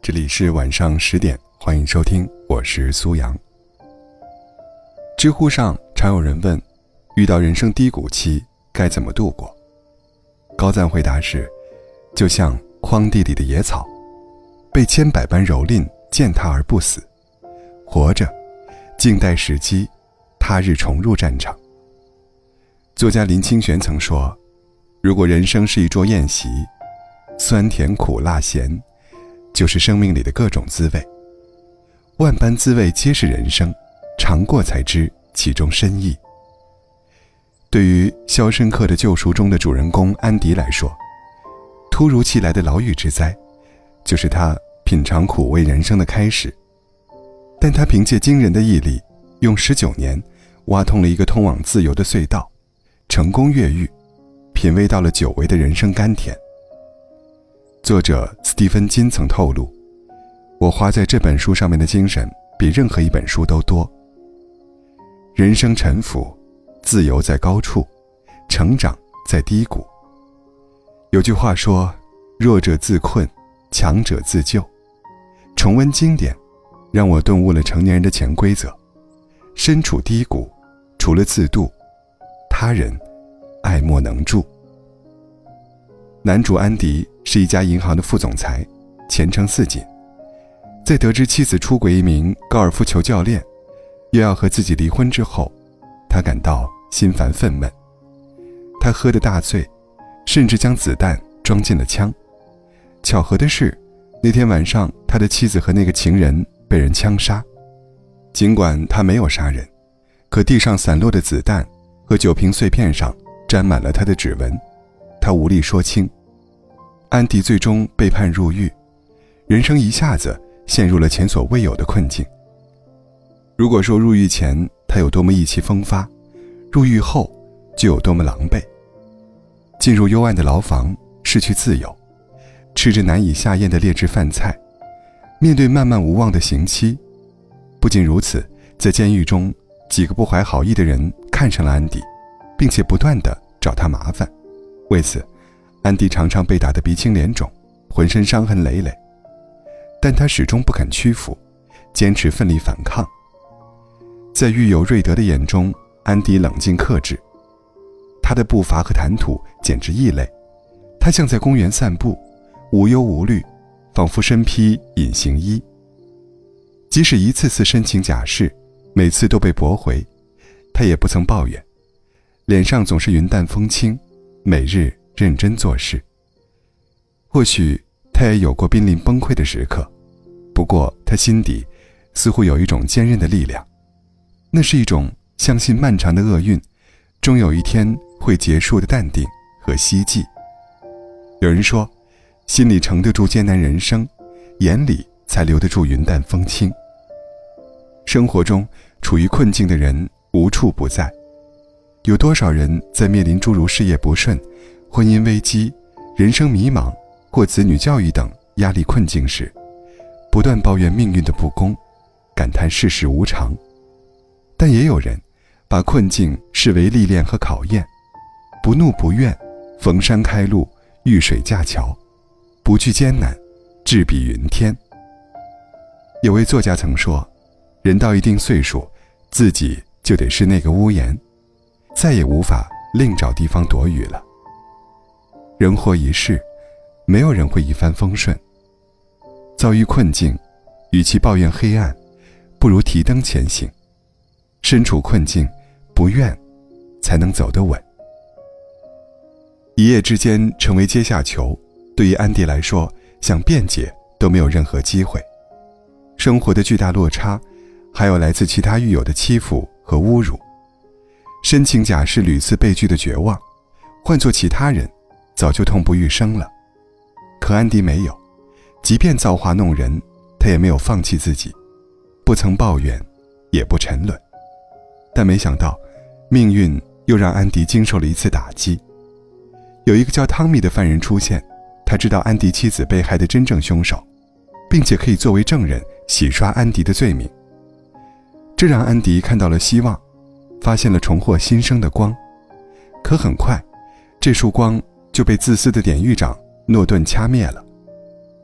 这里是晚上10点，欢迎收听，我是苏阳。知乎上常有人问，遇到人生低谷期该怎么度过？高赞回答是，就像荒地里的野草，被千百般蹂躏，践踏而不死，活着，静待时机，他日重入战场。作家林清玄曾说，如果人生是一桌宴席，酸甜苦辣咸就是生命里的各种滋味，万般滋味皆是人生，尝过才知其中深意。对于《肖申克的救赎》中的主人公安迪来说，突如其来的牢狱之灾就是他品尝苦味人生的开始，但他凭借惊人的毅力，用19年挖通了一个通往自由的隧道，成功越狱，品味到了久违的人生甘甜。作者斯蒂芬金曾透露，我花在这本书上面的精神比任何一本书都多。人生沉浮，自由在高处，成长在低谷。有句话说，弱者自困，强者自救。重温经典，让我顿悟了成年人的潜规则。身处低谷，除了自渡，他人爱莫能助。男主安迪是一家银行的副总裁，前程似锦。在得知妻子出轨一名高尔夫球教练，又要和自己离婚之后，他感到心烦愤懑。他喝得大醉，甚至将子弹装进了枪。巧合的是，那天晚上他的妻子和那个情人被人枪杀。尽管他没有杀人，可地上散落的子弹和酒瓶碎片上沾满了他的指纹，他无力说清。安迪最终被判入狱，人生一下子陷入了前所未有的困境。如果说入狱前他有多么意气风发，入狱后就有多么狼狈。进入幽暗的牢房，失去自由，吃着难以下咽的劣质饭菜，面对漫漫无望的刑期。不仅如此，在监狱中，几个不怀好意的人看上了安迪，并且不断地找他麻烦。为此，安迪常常被打得鼻青脸肿，浑身伤痕累累，但他始终不肯屈服，坚持奋力反抗。在狱友瑞德的眼中，安迪冷静克制，他的步伐和谈吐简直异类。他像在公园散步，无忧无虑，仿佛身披隐形衣。即使一次次申请假释，每次都被驳回，他也不曾抱怨，脸上总是云淡风轻，每日认真做事。或许他也有过濒临崩溃的时刻，不过他心底似乎有一种坚韧的力量，那是一种相信漫长的厄运终有一天会结束的淡定和希冀。有人说，心里承得住艰难人生，眼里才留得住云淡风轻。生活中处于困境的人无处不在，有多少人在面临诸如事业不顺、婚姻危机、人生迷茫或子女教育等压力困境时，不断抱怨命运的不公，感叹世事无常。但也有人把困境视为历练和考验，不怒不怨，逢山开路，遇水架桥，不惧艰难，志比云天。有位作家曾说，人到一定岁数，自己就得是那个屋檐，再也无法另找地方躲雨了。人活一世，没有人会一帆风顺。遭遇困境，与其抱怨黑暗，不如提灯前行。身处困境，不怨，才能走得稳。一夜之间成为阶下囚，对于安迪来说，想辩解都没有任何机会。生活的巨大落差，还有来自其他狱友的欺负和侮辱。申请假释屡次被拒的绝望，换作其他人早就痛不欲生了。可安迪没有，即便造化弄人，他也没有放弃自己，不曾抱怨，也不沉沦。但没想到，命运又让安迪经受了一次打击。有一个叫汤米的犯人出现，他知道安迪妻子被害的真正凶手，并且可以作为证人洗刷安迪的罪名。这让安迪看到了希望，发现了重获新生的光。可很快，这束光就被自私的典狱长诺顿掐灭了。他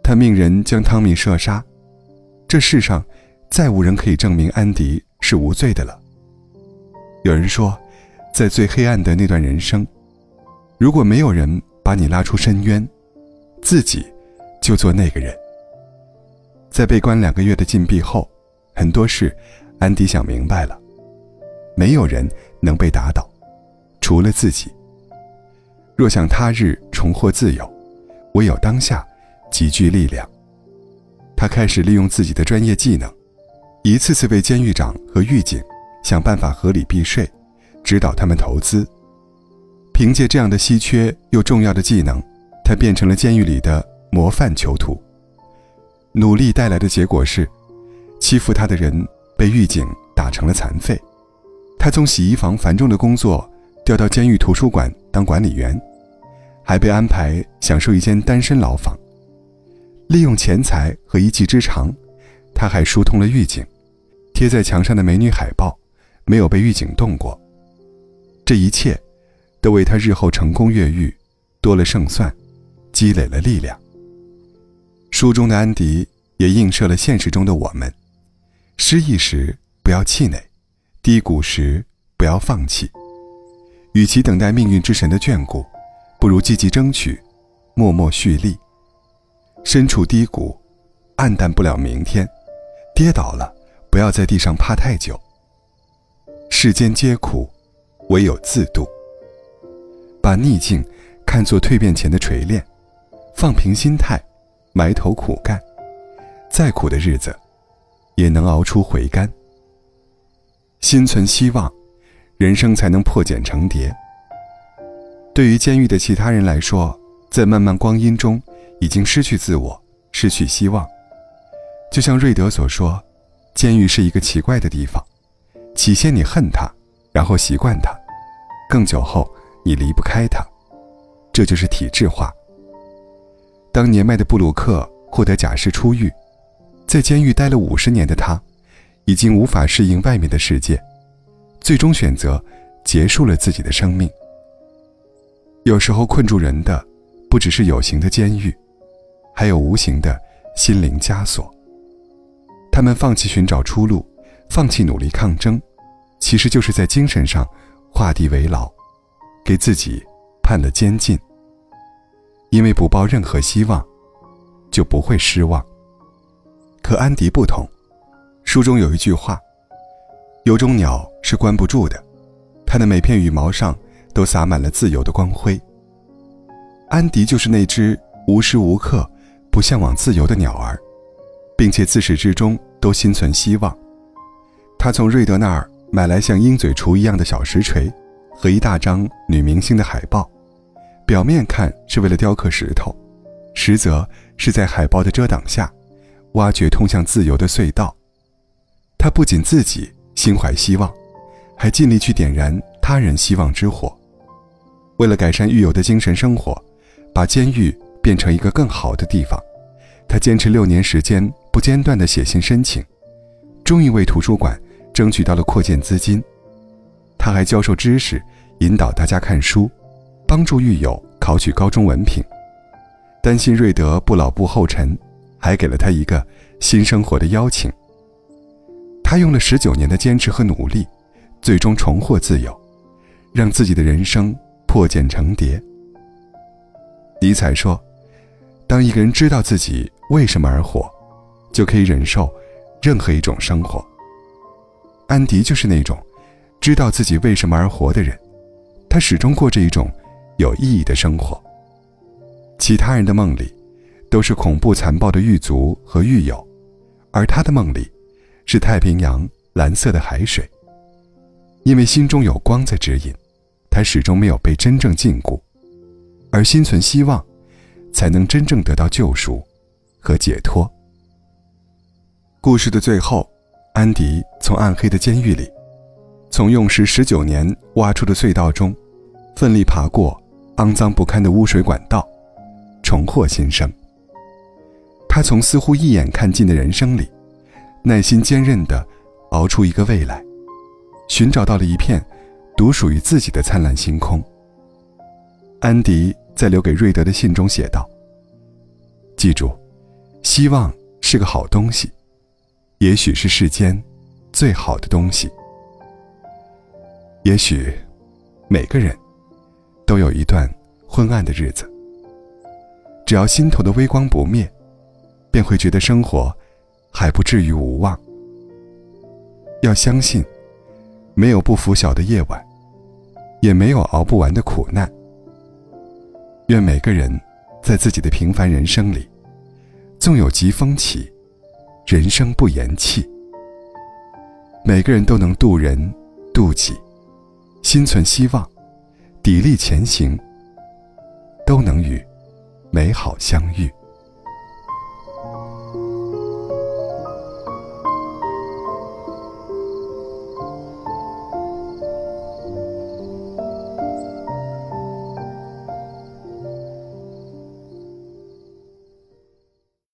他命人将汤米射杀。这世上再无人可以证明安迪是无罪的了。有人说，在最黑暗的那段人生，如果没有人把你拉出深渊，自己就做那个人。在被关2个月的禁闭后，很多事安迪想明白了，没有人能被打倒，除了自己。若想他日重获自由，唯有当下集聚力量。他开始利用自己的专业技能，一次次为监狱长和狱警想办法合理避税，指导他们投资。凭借这样的稀缺又重要的技能，他变成了监狱里的模范囚徒。努力带来的结果是，欺负他的人被狱警打成了残废。他从洗衣房繁重的工作调到监狱图书馆当管理员，还被安排享受一间单身牢房。利用钱财和一技之长，他还疏通了狱警，贴在墙上的美女海报没有被狱警动过。这一切都为他日后成功越狱多了胜算，积累了力量。书中的安迪也映射了现实中的我们，失意时不要气馁，低谷时不要放弃。与其等待命运之神的眷顾，不如积极争取，默默蓄力。身处低谷，黯淡不了明天，跌倒了不要在地上趴太久。世间皆苦，唯有自渡。把逆境看作蜕变前的锤炼，放平心态，埋头苦干，再苦的日子也能熬出回甘。心存希望，人生才能破茧成蝶。对于监狱的其他人来说，在漫漫光阴中已经失去自我，失去希望。就像瑞德所说，监狱是一个奇怪的地方，起先你恨它，然后习惯它，更久后你离不开它，这就是体制化。当年迈的布鲁克获得假释出狱，在监狱待了50年的他，已经无法适应外面的世界，最终选择结束了自己的生命。有时候困住人的不只是有形的监狱，还有无形的心灵枷锁。他们放弃寻找出路，放弃努力抗争，其实就是在精神上画地为牢，给自己判了监禁。因为不抱任何希望，就不会失望。可安迪不同，书中有一句话，有种鸟是关不住的，它的每片羽毛上都洒满了自由的光辉。安迪就是那只无时无刻不向往自由的鸟儿，并且自始至终都心存希望。他从瑞德那儿买来像鹰嘴锄一样的小实锤和一大张女明星的海报，表面看是为了雕刻石头，实则是在海报的遮挡下挖掘通向自由的隧道。他不仅自己心怀希望，还尽力去点燃他人希望之火。为了改善狱友的精神生活，把监狱变成一个更好的地方，他坚持6年时间不间断地写信申请，终于为图书馆争取到了扩建资金。他还教授知识，引导大家看书，帮助狱友考取高中文凭。担心瑞德不老不后尘，还给了他一个新生活的邀请。他用了19年的坚持和努力，最终重获自由，让自己的人生破茧成蝶。尼采说，当一个人知道自己为什么而活，就可以忍受任何一种生活。安迪就是那种知道自己为什么而活的人，他始终过着一种有意义的生活。其他人的梦里都是恐怖残暴的狱卒和狱友，而他的梦里是太平洋蓝色的海水。因为心中有光在指引，他始终没有被真正禁锢，而心存希望，才能真正得到救赎和解脱。故事的最后，安迪从暗黑的监狱里，从用时19年挖出的隧道中，奋力爬过肮脏不堪的污水管道，重获新生。他从似乎一眼看尽的人生里，耐心坚韧地熬出一个未来，寻找到了一片独属于自己的灿烂星空。安迪在留给瑞德的信中写道，记住， 希望是个好东西，也许是世间最好的东西。也许每个人都有一段昏暗的日子，只要心头的微光不灭，便会觉得生活还不至于无望。要相信，没有不拂晓的夜晚，也没有熬不完的苦难。愿每个人在自己的平凡人生里，纵有疾风起，人生不言弃。每个人都能渡人渡己，心存希望，砥砺前行，都能与美好相遇。